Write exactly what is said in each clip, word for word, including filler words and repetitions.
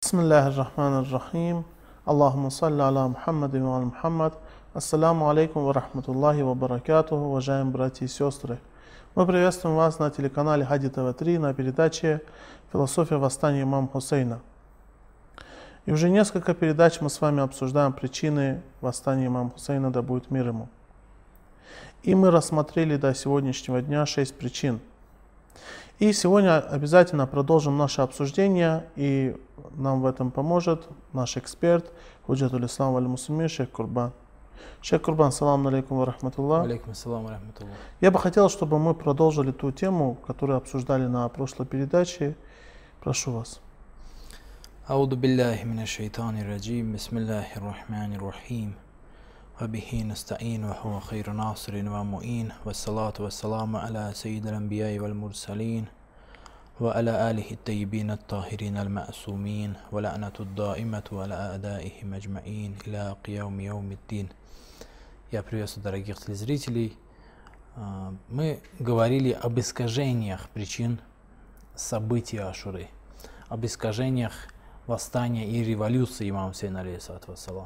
Бисмиллахи рахмани рахим. Аллахумма салли аля Мухаммадин ва аля Мухаммад. Ассаламу алейкум ва рахматуллахи ва баракатуху, уважаемые братья и сестры. Мы приветствуем вас на телеканале Хади ТВ три на передаче «Философия восстания имама Хусейна». И уже несколько передач мы с вами обсуждаем причины восстания имама Хусейна, да будет мир ему. И мы рассмотрели до сегодняшнего дня шесть причин. И сегодня обязательно продолжим наше обсуждение, и нам в этом поможет наш эксперт, худжатуль ислам валь муслимин, шейх Курбан. Шейх Курбан, салам алейкум ва рахматуллах. Алейкум ассалам ва рахматуллах. Я бы хотел, чтобы мы продолжили ту тему, которую обсуждали на прошлой передаче. Прошу вас. Ауду биллахи минаш шайтанир раджим. Бисмиллахир рахманир рахим. وبه نستعين وهو خير ناصر ومعين والصلاة والسلام على سيد الأنبياء والمرسلين وعلى آله الطيبين الطاهرين المعصومين ولعنة الدائمة على أعدائهم أجمعين إلى قيام يوم الدين. Я приветствую дорогих телезрителей. Мы говорили об искажениях причин событий Ашуры, об искажениях восстания и революции имама Хусейна алейхиссалату вассалам.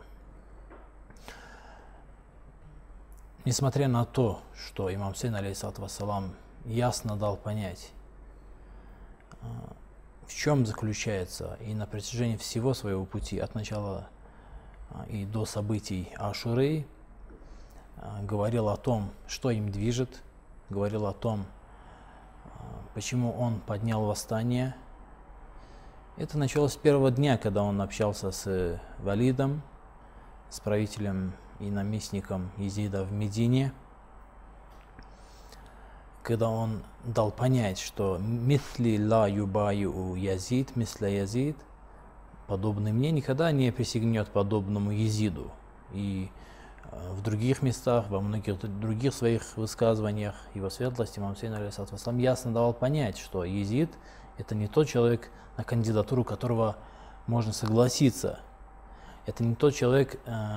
Несмотря на то, что имам Хусейн алейхиссалату вассалам ясно дал понять, в чем заключается, и на протяжении всего своего пути, от начала и до событий Ашуры, говорил о том, что им движет, говорил о том, почему он поднял восстание. Это началось с первого дня, когда он общался с Валидом, с правителем и наместником Езида в Медине, когда он дал понять, что «мисли ла юбаю Язид, мисля Язид», подобный мне никогда не присягнет подобному Езиду. И в других местах, во многих других своих высказываниях его светлости имам Хусейн алейхиссалату вассалам ясно давал понять, что Езид – это не тот человек, на кандидатуру которого можно согласиться. Это не тот человек,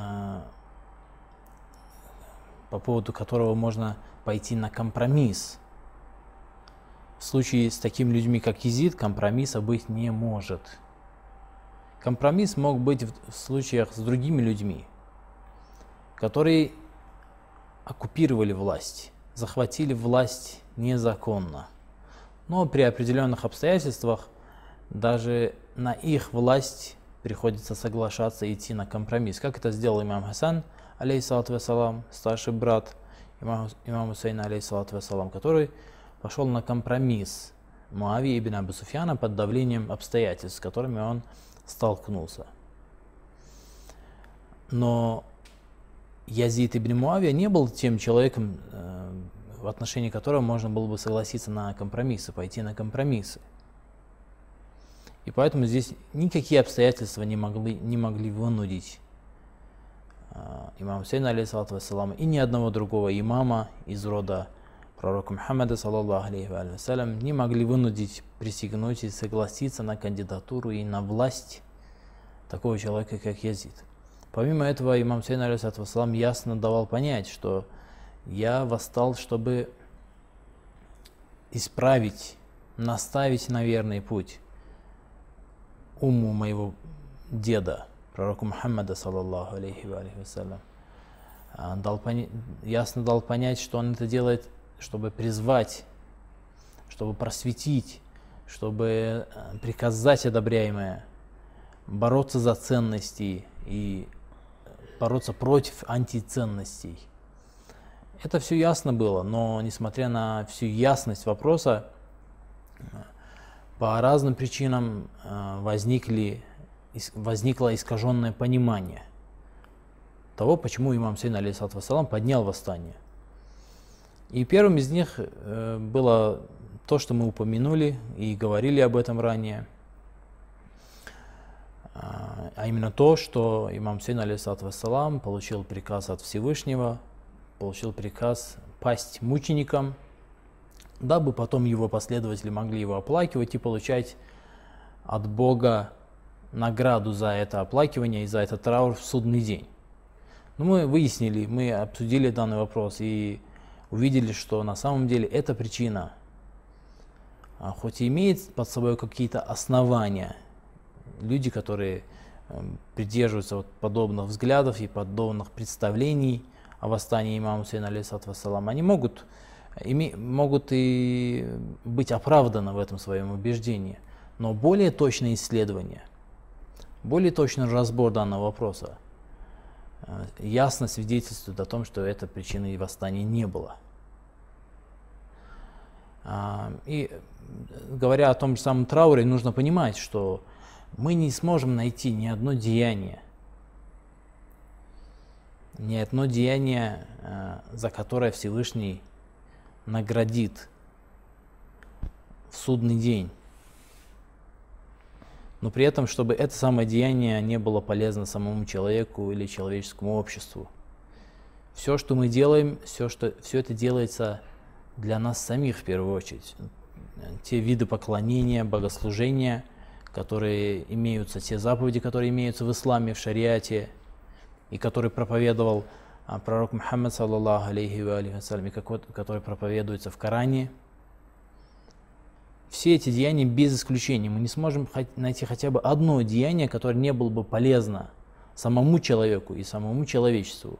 по поводу которого можно пойти на компромисс. В случае с такими людьми, как Езид, компромисса быть не может. Компромисс мог быть в случаях с другими людьми, которые оккупировали власть, захватили власть незаконно. Но при определенных обстоятельствах даже на их власть приходится соглашаться и идти на компромисс. Как это сделал имам Хасан алейхиссалату вассалам, старший брат имама, имама Хусейна алейхиссалату вассалам, который пошел на компромисс Муавии ибн Абу Суфьяна под давлением обстоятельств, с которыми он столкнулся. Но Язид ибн Муавия не был тем человеком, в отношении которого можно было бы согласиться на компромиссы, пойти на компромиссы. И поэтому здесь никакие обстоятельства не могли, не могли вынудить имама Хусейна алейхиссалату вассалам и ни одного другого имама из рода пророка Мухаммада саллаллаху алейхи ва саллям не могли вынудить присягнуть и согласиться на кандидатуру и на власть такого человека, как Язид. Помимо этого, имам Хусейн алейхиссалату вассалам ясно давал понять, что я восстал, чтобы исправить, наставить на верный путь умму моего деда, пророку Мухаммада саллаллаху алейхи ва саллям. Дал поня... ясно дал понять, что он это делает, чтобы призвать, чтобы просветить, чтобы приказать одобряемое, бороться за ценности и бороться против антиценностей. Это все ясно было, но несмотря на всю ясность вопроса, по разным причинам возникли, возникло искаженное понимание того, почему имам Хусейн алейхиссалату вассалам поднял восстание. И первым из них было то, что мы упомянули и говорили об этом ранее, а именно то, что имам Хусейн алейхиссалату вассалам получил приказ от Всевышнего, получил приказ пасть мученикам, дабы потом его последователи могли его оплакивать и получать от Бога награду за это оплакивание и за этот траур в судный день. Но мы выяснили, мы обсудили данный вопрос и увидели, что на самом деле эта причина, хоть и имеет под собой какие-то основания, люди, которые придерживаются вот подобных взглядов и подобных представлений о восстании имама Хусейна, алейхиссалату вассалам, они могут, име, могут и быть оправданы в этом своем убеждении. Но более точное исследование, более точный разбор данного вопроса ясно свидетельствует о том, что этой причины восстания не было. И говоря о том же самом трауре, нужно понимать, что мы не сможем найти ни одно деяние, ни одно деяние, за которое Всевышний наградит в судный день, но при этом, чтобы это самое деяние не было полезно самому человеку или человеческому обществу. Все, что мы делаем, все, что, все это делается для нас самих в первую очередь. Те виды поклонения, богослужения, которые имеются, те заповеди, которые имеются в исламе, в шариате, и которые проповедовал а, пророк Мухаммад, саллаллаху алейхи ва алейхи вассалям, которые проповедуются в Коране. Все эти деяния без исключения. Мы не сможем найти хотя бы одно деяние, которое не было бы полезно самому человеку и самому человечеству.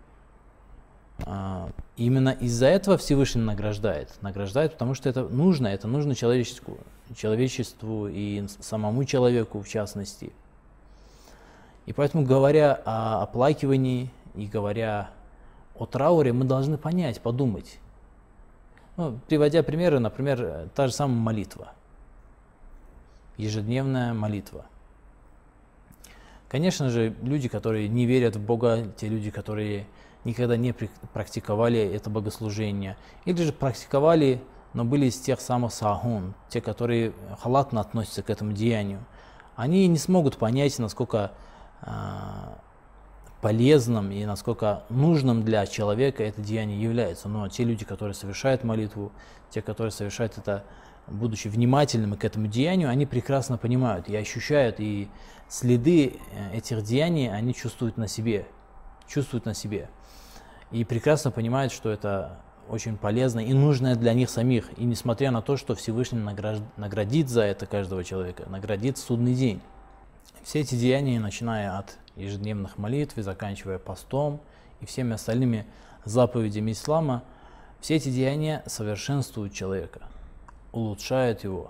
А, именно из-за этого Всевышний награждает. Награждает, потому что это нужно, это нужно человечеству, человечеству и самому человеку в частности. И поэтому, говоря о оплакивании и говоря о трауре, мы должны понять, подумать. Ну, приводя примеры, например, та же самая молитва, ежедневная молитва. Конечно же, люди, которые не верят в Бога, те люди, которые никогда не практиковали это богослужение, или же практиковали, но были из тех самых сахун, те, которые халатно относятся к этому деянию, они не смогут понять, насколько э, полезным и насколько нужным для человека это деяние является. Но те люди, которые совершают молитву, те, которые совершают это, будучи внимательными к этому деянию, они прекрасно понимают и ощущают, и следы этих деяний они чувствуют на себе, чувствуют на себе. И прекрасно понимают, что это очень полезно и нужно для них самих. И несмотря на то, что Всевышний наградит за это каждого человека, наградит в судный день. Все эти деяния, начиная от ежедневных молитв и заканчивая постом и всеми остальными заповедями ислама, все эти деяния совершенствуют человека, улучшают его.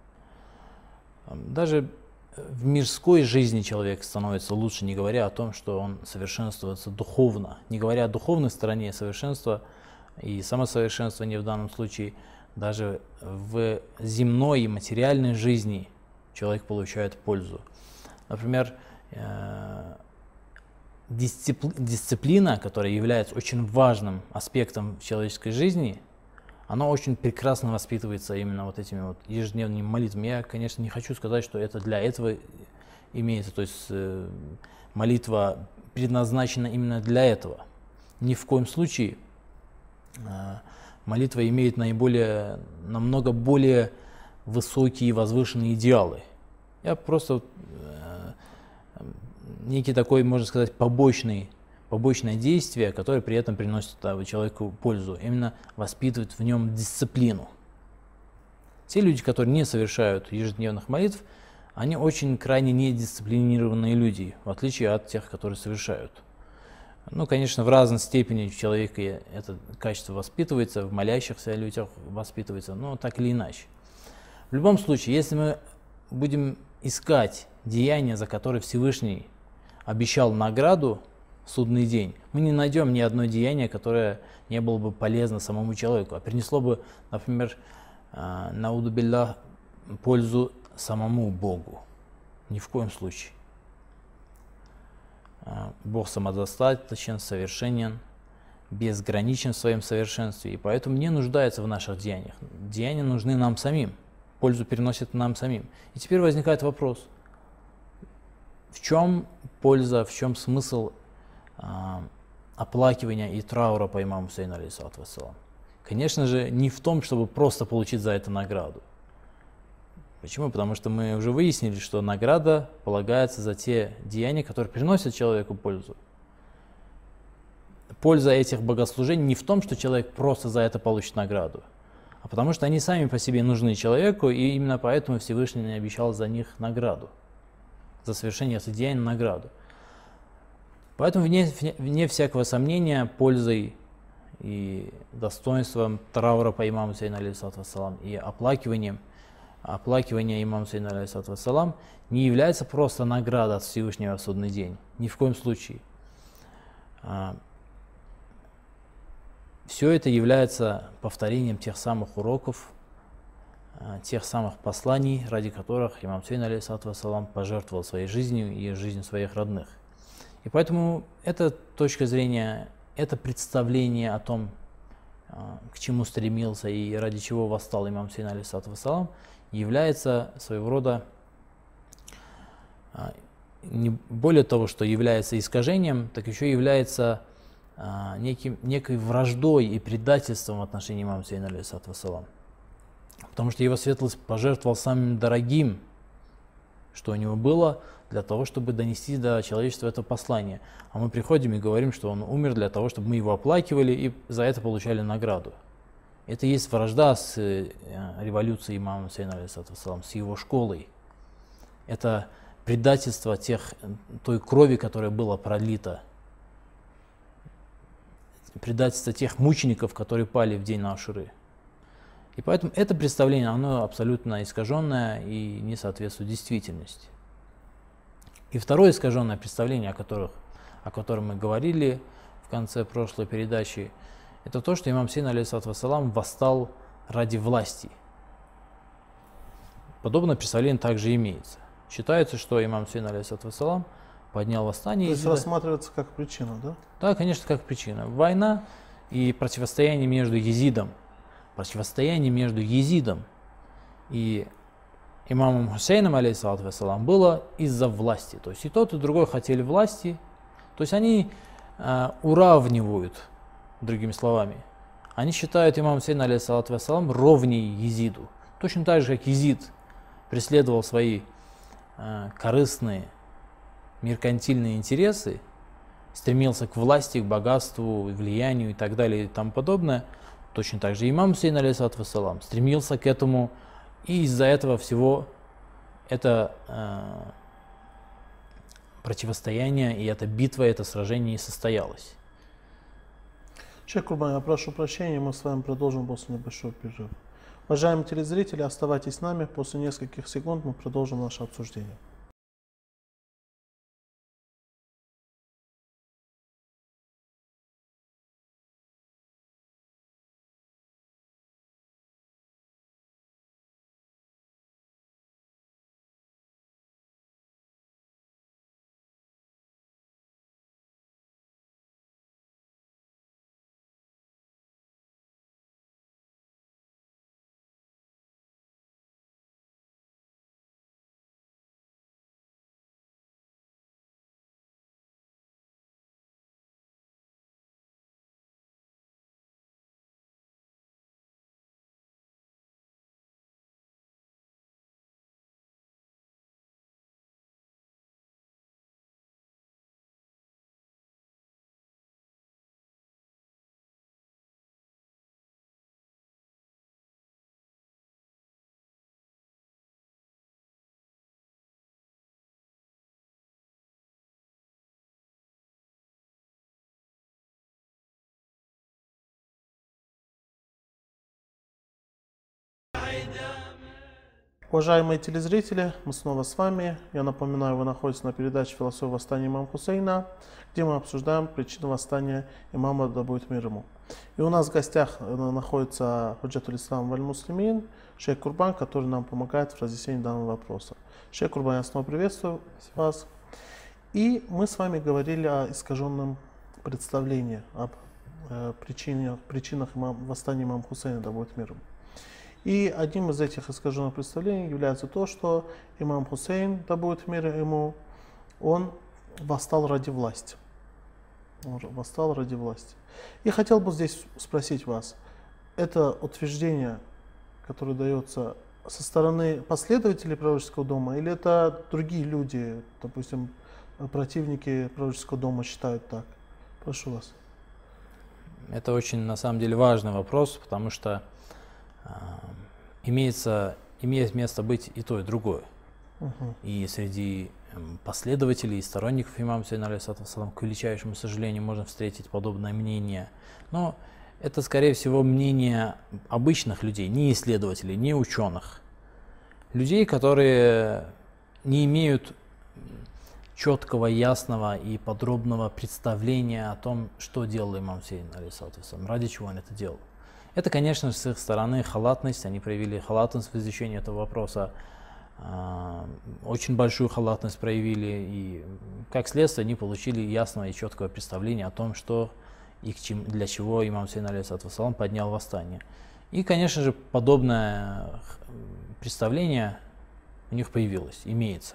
Даже в мирской жизни человек становится лучше, не говоря о том, что он совершенствуется духовно. Не говоря о духовной стороне совершенства и самосовершенствования в данном случае, даже в земной и материальной жизни человек получает пользу. Например, дисциплина, которая является очень важным аспектом человеческой жизни, она очень прекрасно воспитывается именно вот этими вот ежедневными молитвами. Я, конечно, не хочу сказать, что это для этого имеется, то есть э, молитва предназначена именно для этого. Ни в коем случае э, молитва имеет наиболее, намного более высокие и возвышенные идеалы. Я просто э, некий такой, можно сказать, побочный побочное действие, которое при этом приносит человеку пользу, именно воспитывает в нем дисциплину. Те люди, которые не совершают ежедневных молитв, они очень крайне недисциплинированные люди, в отличие от тех, которые совершают. Ну, конечно, в разной степени в человеке это качество воспитывается, в молящихся людях воспитывается, но так или иначе. В любом случае, если мы будем искать деяния, за которые Всевышний обещал награду, судный день, мы не найдем ни одно деяние, которое не было бы полезно самому человеку, а принесло бы, например, науду биллах, пользу самому Богу. Ни в коем случае. Бог самодостаточен, совершенен, безграничен в своем совершенстве, и поэтому не нуждается в наших деяниях. Деяния нужны нам самим, пользу переносят нам самим. И теперь возникает вопрос, в чем польза, в чем смысл оплакивания и траура по имаму Хусейну, алейхиссалату вассалам? Конечно же, не в том, чтобы просто получить за это награду. Почему? Потому что мы уже выяснили, что награда полагается за те деяния, которые приносят человеку пользу. Польза этих богослужений не в том, что человек просто за это получит награду, а потому что они сами по себе нужны человеку, и именно поэтому Всевышний не обещал за них награду. за совершение этого деяния награду. Поэтому вне, вне всякого сомнения пользой и достоинством траура по имаму Хусейну алейхиссалату вассалам и оплакиванием, оплакивание имама Хусейна алейхиссалату вассалам не является просто награда от Всевышнего в судный день. Ни в коем случае. Все это является повторением тех самых уроков, тех самых посланий, ради которых имам Хусейн алейхиссалату вассалам пожертвовал своей жизнью и жизнью своих родных. И поэтому эта точка зрения, это представление о том, к чему стремился и ради чего восстал имам Хусейн алейхиссалату вассалам, является своего рода, не более того, что является искажением, так еще является неким, некой враждой и предательством в отношении имама Хусейна алейхиссалату вассалам. Потому что его светлость пожертвовал самым дорогим, что у него было, для того, чтобы донести до человечества это послание. А мы приходим и говорим, что он умер для того, чтобы мы его оплакивали и за это получали награду. Это и есть вражда с революцией имама Хусейна алейхиссалату вассалам, с его школой. Это предательство тех, той крови, которая была пролита. Предательство тех мучеников, которые пали в день Ашуры. И поэтому это представление, оно абсолютно искаженное и не соответствует действительности. И второе искаженное представление, о, которых, о котором мы говорили в конце прошлой передачи, это то, что имам Хусейн алейхиссалату вассалам восстал ради власти. Подобное представление также имеется. Считается, что имам Хусейн алейхиссалату вассалам поднял восстание. То есть рассматривается как причина, да? Да, конечно, как причина. Война и противостояние между Езидом. Противостояние между Езидом и имамом Хусейном алейхиссалату вассалам было из-за власти. То есть и тот, и другой хотели власти. То есть они э, уравнивают, другими словами. Они считают имама Хусейна алейхиссалату вассалам ровней Езиду. Точно так же, как Езид преследовал свои э, корыстные, меркантильные интересы, стремился к власти, к богатству, влиянию и так далее и тому подобное, точно так же имам Хусейн алейхиссалату вассалам стремился к этому, и из-за этого всего это э, противостояние и эта битва, это сражение и состоялось. Шейх Курбан, я прошу прощения, мы с вами продолжим после небольшого перерыва. Уважаемые телезрители, оставайтесь с нами, после нескольких секунд мы продолжим наше обсуждение. Уважаемые телезрители, мы снова с вами. Я напоминаю, вы находитесь на передаче «Философия восстания имама Хусейна», где мы обсуждаем причины восстания имама, да будет мир ему. И у нас в гостях находится Худжатуль Ислам валь Муслимин, шейх Курбан, который нам помогает в разъяснении данного вопроса. Шейх Курбан, я снова приветствую вас. И мы с вами говорили о искаженном представлении, об э, причинах, причинах имам, восстания имама Хусейна, да будет мир ему. И одним из этих искаженных представлений является то, что имам Хусейн, да будет мир ему, он восстал ради власти. Он восстал ради власти. И хотел бы здесь спросить вас, это утверждение, которое дается со стороны последователей пророческого дома, или это другие люди, допустим, противники пророческого дома считают так? Прошу вас. Это очень, на самом деле, важный вопрос, потому что э, имеется, имеет место быть и то, и другое. Uh-huh. И среди последователей и сторонников имама Хусейна, алейхиссалам, к величайшему сожалению, можно встретить подобное мнение. Но это, скорее всего, мнение обычных людей, не исследователей, не ученых. Людей, которые не имеют четкого, ясного и подробного представления о том, что делал имам Хусейн, алейхиссалам, ради чего он это делал. Это, конечно же, с их стороны халатность, они проявили халатность в изучении этого вопроса, очень большую халатность проявили, и как следствие они получили ясного и четкого представления о том, что и к чему, для чего имам Хусейн, алейхиссалам, поднял восстание. И, конечно же, подобное представление у них появилось, имеется.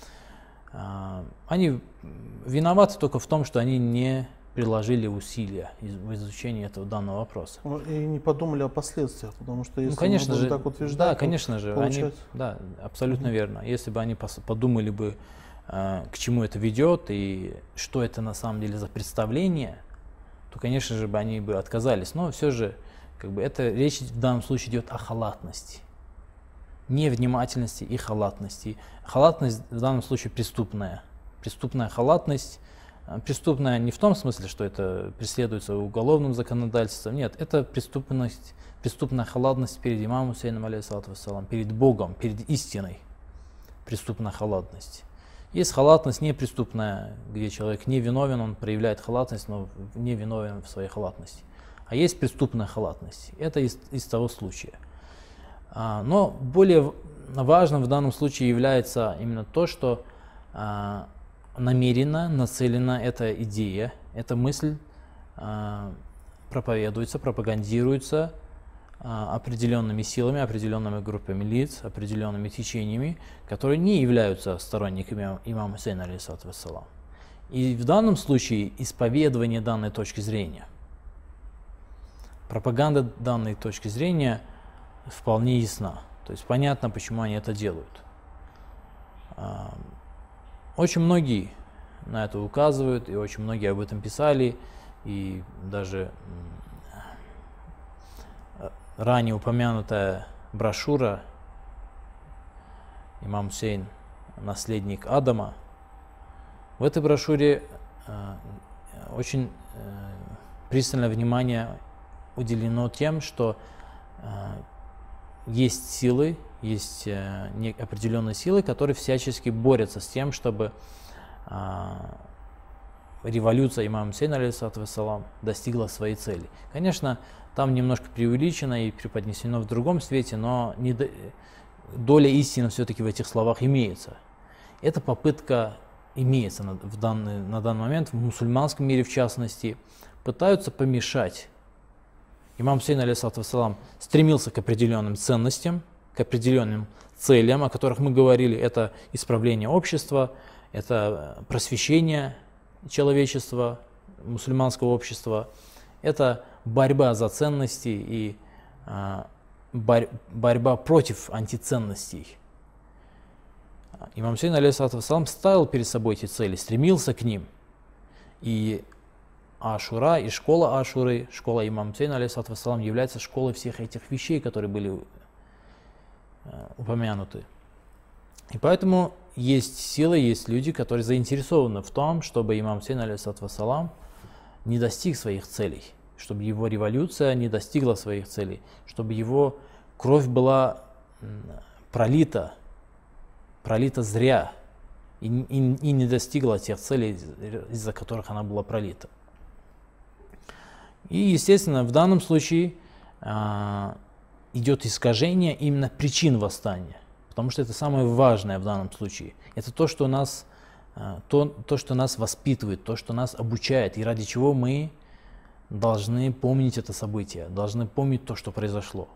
Они виноваты только в том, что они не приложили усилия в изучении этого данного вопроса. И не подумали о последствиях, потому что если ну, конечно мы будем же, так утверждать, да, конечно же, они, да, абсолютно угу. верно. Если бы они подумали бы, к чему это ведет и что это на самом деле за представление, то, конечно же, бы они бы отказались. Но все же, как бы, это речь в данном случае идет о халатности, невнимательности и халатности. Халатность в данном случае преступная. Преступная халатность. Преступная не в том смысле, что это преследуется уголовным законодательством. Нет, это преступность, преступная халатность перед имамом Хусейном, алейхиссалам, перед Богом, перед истиной. Преступная халатность. Есть халатность непреступная, где человек не виновен, он проявляет халатность, но не виновен в своей халатности. А есть преступная халатность. Это из, из того случая. А, но более важным в данном случае является именно то, что а, намеренно, нацелена эта идея, эта мысль а, проповедуется, пропагандируется а, определенными силами, определенными группами лиц, определенными течениями, которые не являются сторонниками имама Хусейна, алейхиссалам. И в данном случае исповедование данной точки зрения, пропаганда данной точки зрения вполне ясна. То есть понятно, почему они это делают. Очень многие на это указывают, и очень многие об этом писали, и даже ранее упомянутая брошюра «Имам Хусейн, наследник Адама», в этой брошюре очень пристальное внимание уделено тем, что есть силы, есть определенные силы, которые всячески борются с тем, чтобы революция имама Хусейна, алейхиссалам, достигла своей цели. Конечно, там немножко преувеличено и преподнесено в другом свете, но не до... доля истины все-таки в этих словах имеется. Эта попытка имеется на, в данный, на данный момент, в мусульманском мире в частности, пытаются помешать. Имам Хусейн, алейхиссалам, стремился к определенным ценностям, к определенным целям, о которых мы говорили. Это исправление общества, это просвещение человечества, мусульманского общества, это борьба за ценности и а, борь, борьба против антиценностей. Имам Хусейн, алейхиссалам, ставил перед собой эти цели, стремился к ним. И Ашура, и школа Ашуры, школа имама Хусейна, алейхиссалам, является школой всех этих вещей, которые были э, упомянуты. И поэтому есть силы, есть люди, которые заинтересованы в том, чтобы имам Хусейн, алейхиссалам, не достиг своих целей, чтобы его революция не достигла своих целей, чтобы его кровь была пролита, пролита зря и, и, и не достигла тех целей, из-за которых она была пролита. И, естественно, в данном случае а, идет искажение именно причин восстания, потому что это самое важное в данном случае. Это то, что нас, а, то, то, что нас воспитывает, то, что нас обучает, и ради чего мы должны помнить это событие, должны помнить то, что произошло.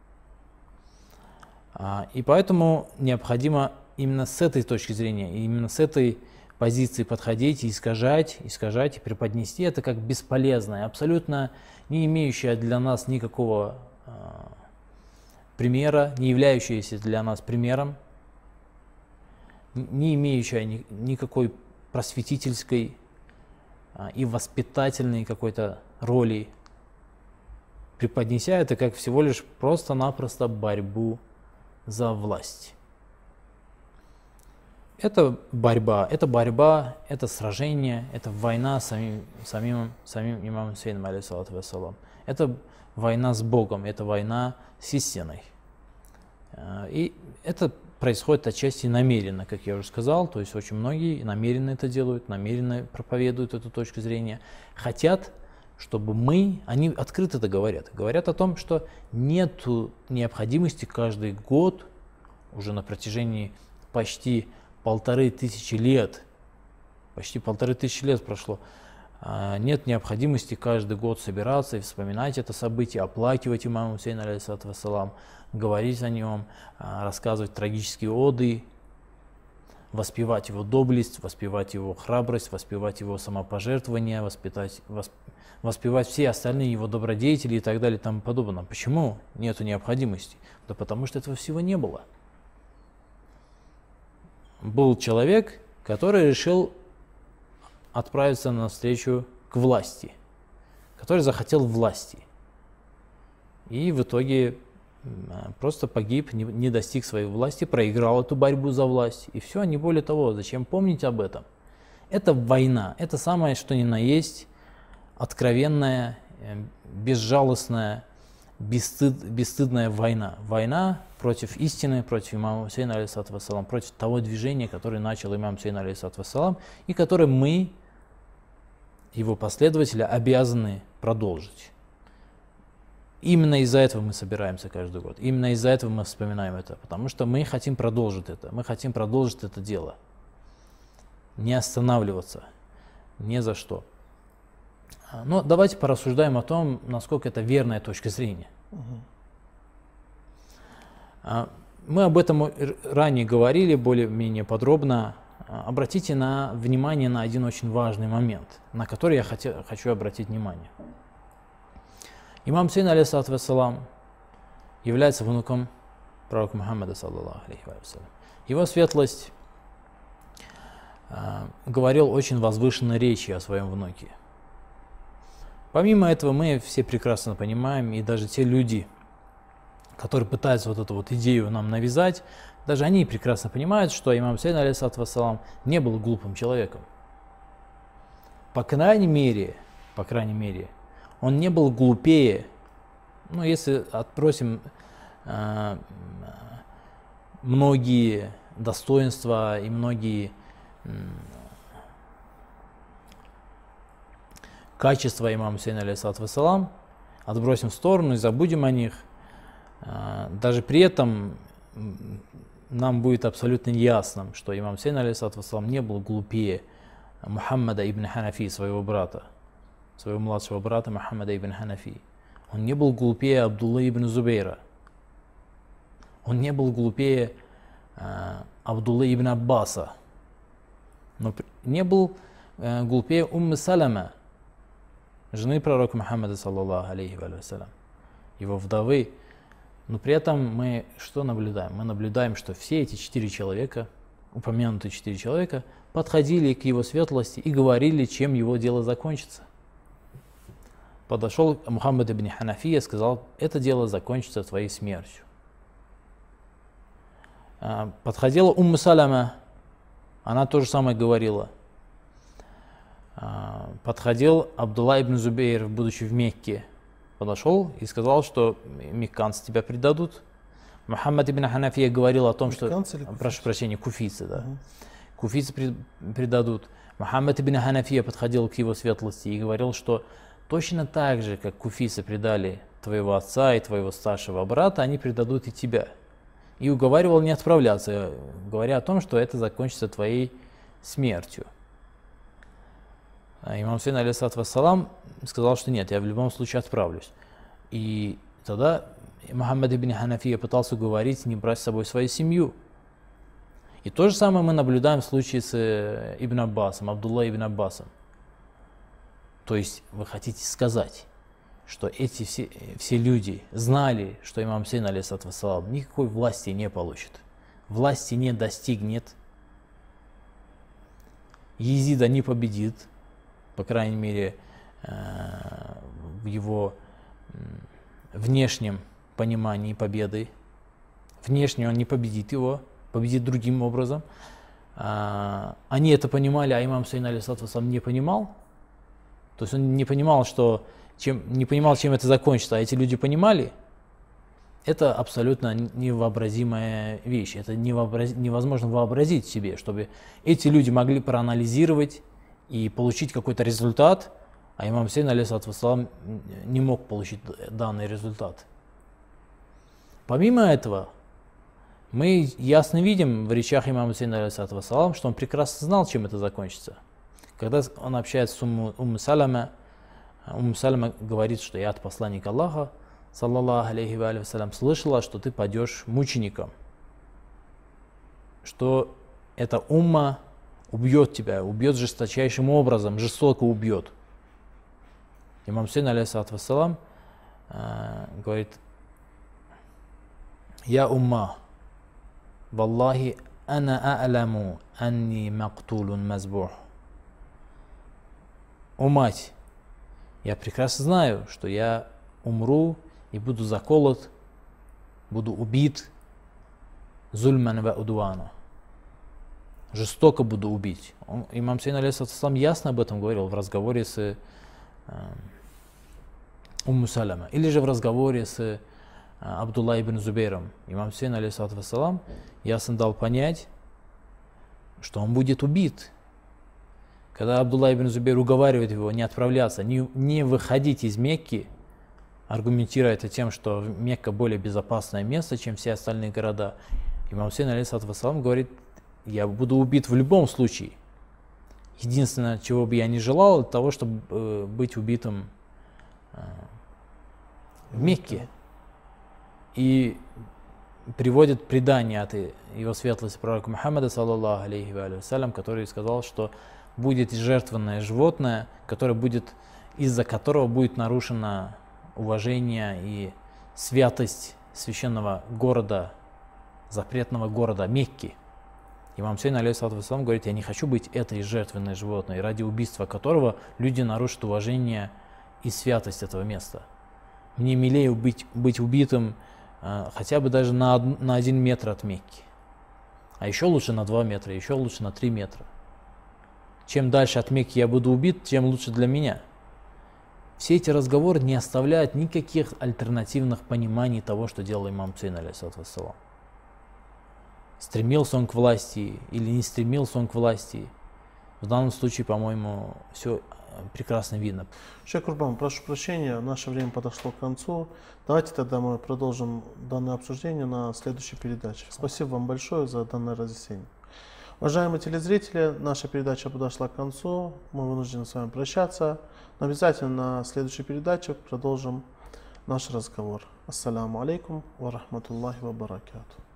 А, и поэтому необходимо именно с этой точки зрения, именно с этой позиции подходить и искажать, искажать и преподнести это как бесполезное, абсолютно не имеющее для нас никакого э, примера, не являющееся для нас примером, не имеющее ни, никакой просветительской э, и воспитательной какой-то роли, преподнеся это как всего лишь просто-напросто борьбу за власть. это борьба, это борьба, это сражение, это война с самим, самим, самим имамом Хусейном, алейхиссалату вассалам. Это война с Богом, это война с истиной. И это происходит отчасти намеренно, как я уже сказал, то есть очень многие намеренно это делают, намеренно проповедуют эту точку зрения, хотят, чтобы мы, они открыто это говорят, говорят о том, что нет необходимости каждый год, уже на протяжении почти полторы тысячи лет, почти полторы тысячи лет прошло, нет необходимости каждый год собираться и вспоминать это событие, оплакивать имама Хусейна, алейхиссалату вассалам, говорить о нем, рассказывать трагические оды, воспевать его доблесть, воспевать его храбрость, воспевать его самопожертвование, воспитать, восп, воспевать все остальные его добродетели и так далее и тому подобное. Почему нету необходимости? Да потому что этого всего не было. Был человек, который решил отправиться навстречу к власти, который захотел власти. И в итоге просто погиб, не, не достиг своей власти, проиграл эту борьбу за власть. И все, не более того. Зачем помнить об этом? Это война. Это самое, что ни на есть, откровенная, безжалостная, бесстыд, бесстыдная война. Война против истины, против имама Хусейна, алейхиссалату вассалам, против того движения, которое начал имам Хусейн, алейхиссалату вассалам, и которое мы, его последователи, обязаны продолжить. Именно из-за этого мы собираемся каждый год. Именно из-за этого мы вспоминаем это. Потому что мы хотим продолжить это. Мы хотим продолжить это дело. Не останавливаться. Ни за что. Но давайте порассуждаем о том, насколько это верная точка зрения. Угу. Мы об этом ранее говорили, более-менее подробно. Обратите на внимание на один очень важный момент, на который я хотел, хочу обратить внимание. Имам Хусейн, алейхиссалату вассалам, является внуком пророка Мухаммада, саллаллаху алейхи вассалям. Его светлость э, говорил очень возвышенные речи о своем внуке. Помимо этого, мы все прекрасно понимаем, и даже те люди, которые пытаются вот эту вот идею нам навязать, даже они прекрасно понимают, что имам Хусейн, алейхиссалату вассалам, не был глупым человеком. По крайней мере, по крайней мере, он не был глупее, ну, если отбросим э, многие достоинства и многие э, качества имама Хусейна, алейхиссалату вассалам, отбросим в сторону и забудем о них, э, даже при этом нам будет абсолютно ясным, что имам Хусейн, алейхиссалату вассалам, не был глупее Мухаммада ибн Ханафи, своего брата, своего младшего брата Мухаммада ибн Ханафи. Он не был глупее Абдулла ибн Зубейра. Он не был глупее э, Абдулла ибн Аббаса. Но не был э, глупее Уммы Салама, жены пророка Мухаммада, саллаллаху алейхи вассалям, его вдовы. Но при этом мы что наблюдаем? Мы наблюдаем, что все эти четыре человека, упомянутые четыре человека, подходили к его светлости и говорили, чем его дело закончится. Подошел Мухаммад ибн Ханафия и сказал, это дело закончится твоей смертью. Подходила Умму Салама, она то же самое говорила. Подходил Абдулла ибн Зубейр, будучи в Мекке, подошел и сказал, что мекканцы тебя предадут. Мухаммад ибн Ханафия говорил о том, мекканцы что... Прошу прощения, куфийцы, да. Угу. Куфийцы предадут. Мухаммад ибн Ханафия подходил к его светлости и говорил, что точно так же, как куфийцы предали твоего отца и твоего старшего брата, они предадут и тебя. И уговаривал не отправляться, говоря о том, что это закончится твоей смертью. А имам Хусейн, алейхиссалату вассалам, сказал, что нет, я в любом случае отправлюсь. И тогда Мухаммад ибн Ханафия пытался уговорить не брать с собой свою семью. И то же самое мы наблюдаем в случае с Ибн Аббасом, Абдулла ибн Аббасом. То есть вы хотите сказать, что эти все, все люди знали, что имам Хусейн, алейхиссалату вассалам, никакой власти не получит, власти не достигнет, Езида не победит, по крайней мере, в его внешнем понимании победы. Внешне он не победит его, победит другим образом. а, они это понимали, а имам Хусейн алейхиссалату вассалам не понимал. То есть он не понимал, что чем, не понимал, чем это закончится, а эти люди понимали. Это абсолютно невообразимая вещь. Это невообраз... невозможно вообразить себе, чтобы эти люди могли проанализировать и получить какой-то результат, а имам Хусейн алейхиссалату вассалам не мог получить данный результат. Помимо этого, мы ясно видим в речах имама Хусейна алейхиссалату вассалам, что он прекрасно знал, чем это закончится. Когда он общается с Умму, Умму Салама, Умму Салама говорит, что я от посланника Аллаха, саллаллаху алейхи ва вассалям, слышала, что ты падешь мучеником, что эта умма убьет тебя, убьет жесточайшим образом, жестоко убьет. Имам Хусейн алейхиссалату вассалам э, говорит: я умма, валлахи ана а'ламу анни мактулун мазбух. О мать, я прекрасно знаю, что я умру и буду заколот, буду убит зульман ва удуана. Жестоко буду убить. Он, имам Хусейн алейхиссалату вассалам ясно об этом говорил в разговоре с э, Умму Салама, или же в разговоре с э, Абдулла ибн Зубейром. Имам Хусейн алейхиссалату вассалам ясно дал понять, что он будет убит. Когда Абдулла ибн Зубейр уговаривает его не отправляться, не, не выходить из Мекки, аргументируя это тем, что Мекка более безопасное место, чем все остальные города, имам Хусейн алейхиссалату вассалам говорит: я буду убит в любом случае. Единственное, чего бы я не желал, это того, чтобы э, быть убитым э, в Мекке. И приводит предание от его светлости пророка Мухаммада, саллаллаху алейхи ва вассалям, который сказал, что будет жертвенное животное, которое будет, из-за которого будет нарушено уважение и святость священного города, запретного города Мекки. Имам Хусейн алейхиссалату вассалам говорит: я не хочу быть этой жертвенной животной, ради убийства которого люди нарушат уважение и святость этого места. Мне милее быть, быть убитым э, хотя бы даже на, од, на один метр от Мекки. А еще лучше на два метра, еще лучше на три метра. Чем дальше от Мекки я буду убит, тем лучше для меня. Все эти разговоры не оставляют никаких альтернативных пониманий того, что делал имам Хусейн алейхиссалату вассалам. Стремился он к власти или не стремился он к власти. В данном случае, по-моему, все прекрасно видно. Шейх Курбан, прошу прощения, наше время подошло к концу. Давайте тогда мы продолжим данное обсуждение на следующей передаче. Спасибо вам большое за данное разъяснение. Уважаемые телезрители, наша передача подошла к концу. Мы вынуждены с вами прощаться. Но обязательно на следующей передаче продолжим наш разговор. Ассаламу алейкум ва рахматуллахи ва баракату.